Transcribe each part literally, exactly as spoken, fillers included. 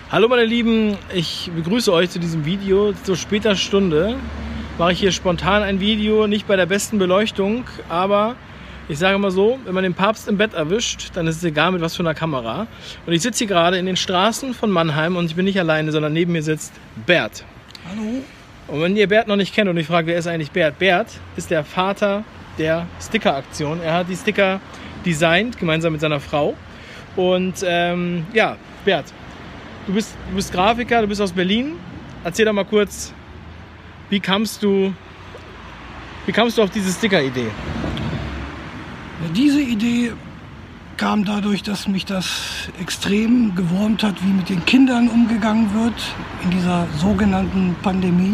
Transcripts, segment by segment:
Hallo meine Lieben, ich begrüße euch zu diesem Video. Zu später Stunde mache ich hier spontan ein Video, nicht bei der besten Beleuchtung, aber ich sage mal so, wenn man den Papst im Bett erwischt, dann ist es egal mit was für einer Kamera. Und ich sitze hier gerade in den Straßen von Mannheim und ich bin nicht alleine, sondern neben mir sitzt Bert. Hallo. Und wenn ihr Bert noch nicht kennt und ich frage, wer ist eigentlich Bert? Bert ist der Vater der Sticker-Aktion. Er hat die Sticker designt, gemeinsam mit seiner Frau. Und ähm, ja, Bert, du bist, du bist Grafiker, du bist aus Berlin. Erzähl doch mal kurz, wie kamst du, wie kamst du auf diese Sticker-Idee? Diese Idee kam dadurch, dass mich das extrem gewurmt hat, wie mit den Kindern umgegangen wird in dieser sogenannten Pandemie.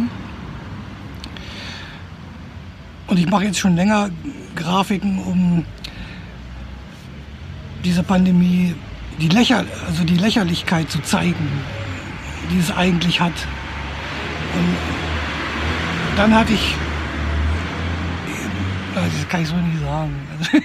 Und ich mache jetzt schon länger Grafiken, um diese Pandemie, die, Lächer, also die Lächerlichkeit zu zeigen, die es eigentlich hat. Und dann hatte ich, das kann ich so nicht sagen.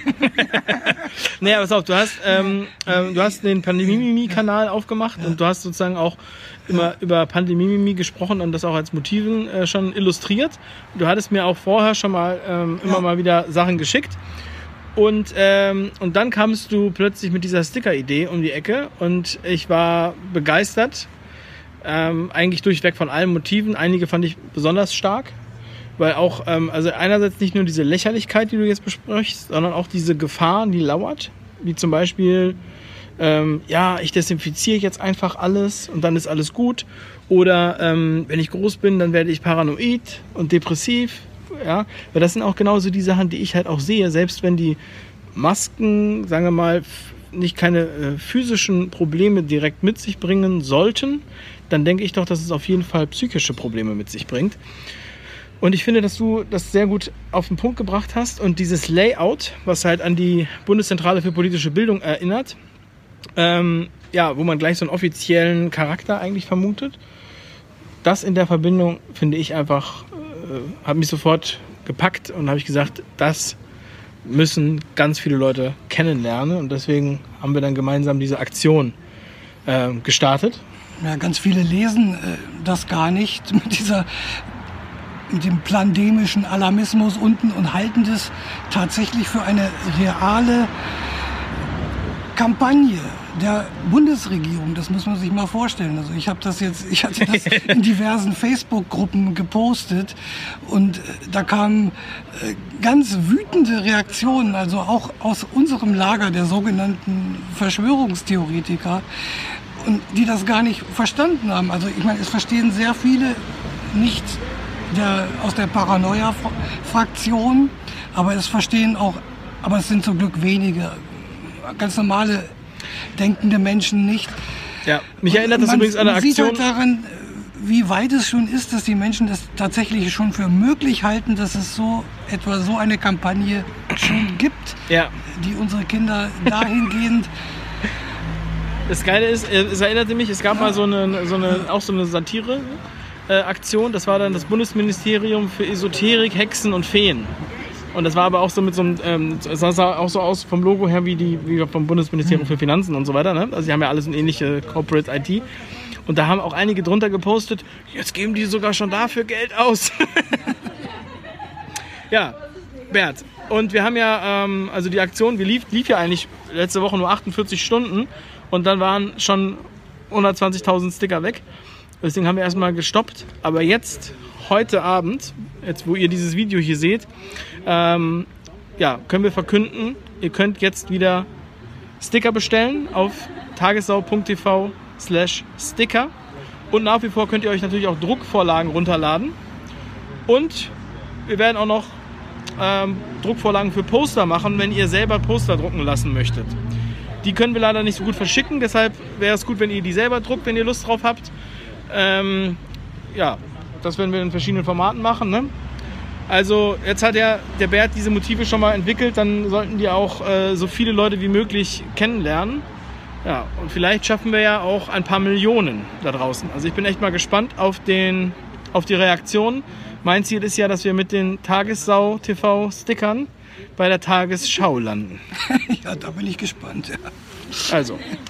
Naja, pass auf, du hast, ähm, ähm, du hast den Pandemie-Kanal aufgemacht ja. Und du hast sozusagen auch immer ja. über Pandemie gesprochen und das auch als Motiven äh, schon illustriert. Du hattest mir auch vorher schon mal ähm, immer ja. mal wieder Sachen geschickt. Und, ähm, und dann kamst du plötzlich mit dieser Sticker-Idee um die Ecke und ich war begeistert. Ähm, eigentlich durchweg von allen Motiven. Einige fand ich besonders stark. Weil auch, ähm, also einerseits nicht nur diese Lächerlichkeit, die du jetzt besprichst, sondern auch diese Gefahr, die lauert. Wie zum Beispiel, ähm, ja, ich desinfiziere jetzt einfach alles und dann ist alles gut. Oder ähm, wenn ich groß bin, dann werde ich paranoid und depressiv. Ja, weil das sind auch genauso die Sachen, die ich halt auch sehe. Selbst wenn die Masken, sagen wir mal, nicht keine äh, physischen Probleme direkt mit sich bringen sollten, dann denke ich doch, dass es auf jeden Fall psychische Probleme mit sich bringt. Und ich finde, dass du das sehr gut auf den Punkt gebracht hast. Und dieses Layout, was halt an die Bundeszentrale für politische Bildung erinnert, ähm, ja, wo man gleich so einen offiziellen Charakter eigentlich vermutet, das in der Verbindung finde ich einfach, äh, hat mich sofort gepackt und habe ich gesagt, das müssen ganz viele Leute kennenlernen. Und deswegen haben wir dann gemeinsam diese Aktion äh, gestartet. Ja, ganz viele lesen äh, das gar nicht mit dieser... mit dem pandemischen Alarmismus unten und halten das tatsächlich für eine reale Kampagne der Bundesregierung. Das muss man sich mal vorstellen. Also ich habe das jetzt, ich hatte das in diversen Facebook-Gruppen gepostet und da kamen ganz wütende Reaktionen, also auch aus unserem Lager der sogenannten Verschwörungstheoretiker, und die das gar nicht verstanden haben. Also ich meine, es verstehen sehr viele nicht Der, aus der Paranoia-Fraktion, aber es verstehen auch, aber es sind zum Glück wenige, ganz normale denkende Menschen nicht. Ja, mich erinnert das man, übrigens an eine Aktion. Man sieht halt daran, wie weit es schon ist, dass die Menschen das tatsächlich schon für möglich halten, dass es so etwa so eine Kampagne schon gibt, ja. die unsere Kinder dahingehend. Das Geile ist, es erinnerte mich, es gab ja. mal so eine, so eine, auch so eine Satire. Aktion, das war dann das Bundesministerium für Esoterik, Hexen und Feen. Und das war aber auch so mit so einem, ähm, es sah auch so aus vom Logo her wie die wie vom Bundesministerium für Finanzen und so weiter. Ne? Also die haben ja alles eine ähnliche Corporate I T. Und da haben auch einige drunter gepostet, jetzt geben die sogar schon dafür Geld aus. Ja, Bert. Und wir haben ja, ähm, also die Aktion, die lief, lief ja eigentlich letzte Woche nur achtundvierzig Stunden und dann waren schon hundertzwanzigtausend Sticker weg. Deswegen haben wir erstmal gestoppt. Aber jetzt, heute Abend, jetzt wo ihr dieses Video hier seht, ähm, ja, können wir verkünden, ihr könnt jetzt wieder Sticker bestellen auf tagessau punkt t v slash sticker. Und nach wie vor könnt ihr euch natürlich auch Druckvorlagen runterladen. Und wir werden auch noch ähm, Druckvorlagen für Poster machen, wenn ihr selber Poster drucken lassen möchtet. Die können wir leider nicht so gut verschicken, deshalb wäre es gut, wenn ihr die selber druckt, wenn ihr Lust drauf habt. Ähm, ja, das werden wir in verschiedenen Formaten machen. Ne? Also jetzt hat ja der Bert diese Motive schon mal entwickelt, dann sollten die auch äh, so viele Leute wie möglich kennenlernen. Ja, und vielleicht schaffen wir ja auch ein paar Millionen da draußen. Also ich bin echt mal gespannt auf, den, auf die Reaktion. Mein Ziel ist ja, dass wir mit den Tagessau-T V-Stickern bei der Tagesschau landen. Ja, da bin ich gespannt. Ja. Also,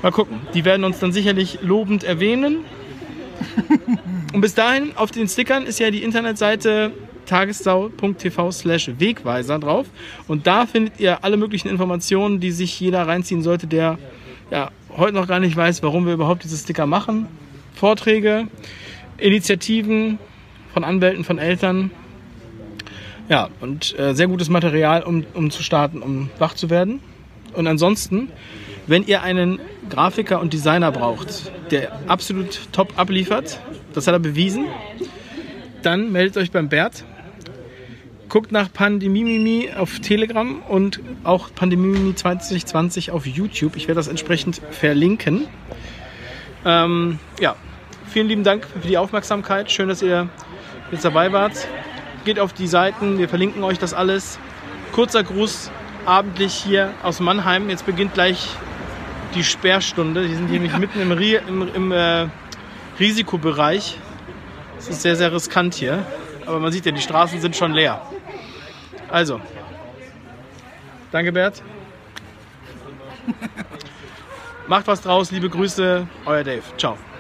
Mal gucken. Die werden uns dann sicherlich lobend erwähnen. Und bis dahin, auf den Stickern ist ja die Internetseite tagessau punkt t v slash Wegweiser drauf. Und da findet ihr alle möglichen Informationen, die sich jeder reinziehen sollte, der ja, heute noch gar nicht weiß, warum wir überhaupt diese Sticker machen. Vorträge, Initiativen von Anwälten, von Eltern. Ja, und äh, sehr gutes Material, um, um zu starten, um wach zu werden. Und ansonsten, wenn ihr einen Grafiker und Designer braucht, der absolut top abliefert, das hat er bewiesen, dann meldet euch beim Bert. Guckt nach Pandemimimi auf Telegram und auch Pandemimimi zwanzig zwanzig auf YouTube. Ich werde das entsprechend verlinken. Ähm, ja, vielen lieben Dank für die Aufmerksamkeit. Schön, dass ihr jetzt dabei wart. Geht auf die Seiten, wir verlinken euch das alles. Kurzer Gruß abendlich hier aus Mannheim. Jetzt beginnt gleich die Sperrstunde. Die sind nämlich ja. mitten im, Ri- im, im äh, Risikobereich. Es ist sehr, sehr riskant hier. Aber man sieht ja, die Straßen sind schon leer. Also, danke Bert. Macht was draus, liebe Grüße, euer Dave. Ciao.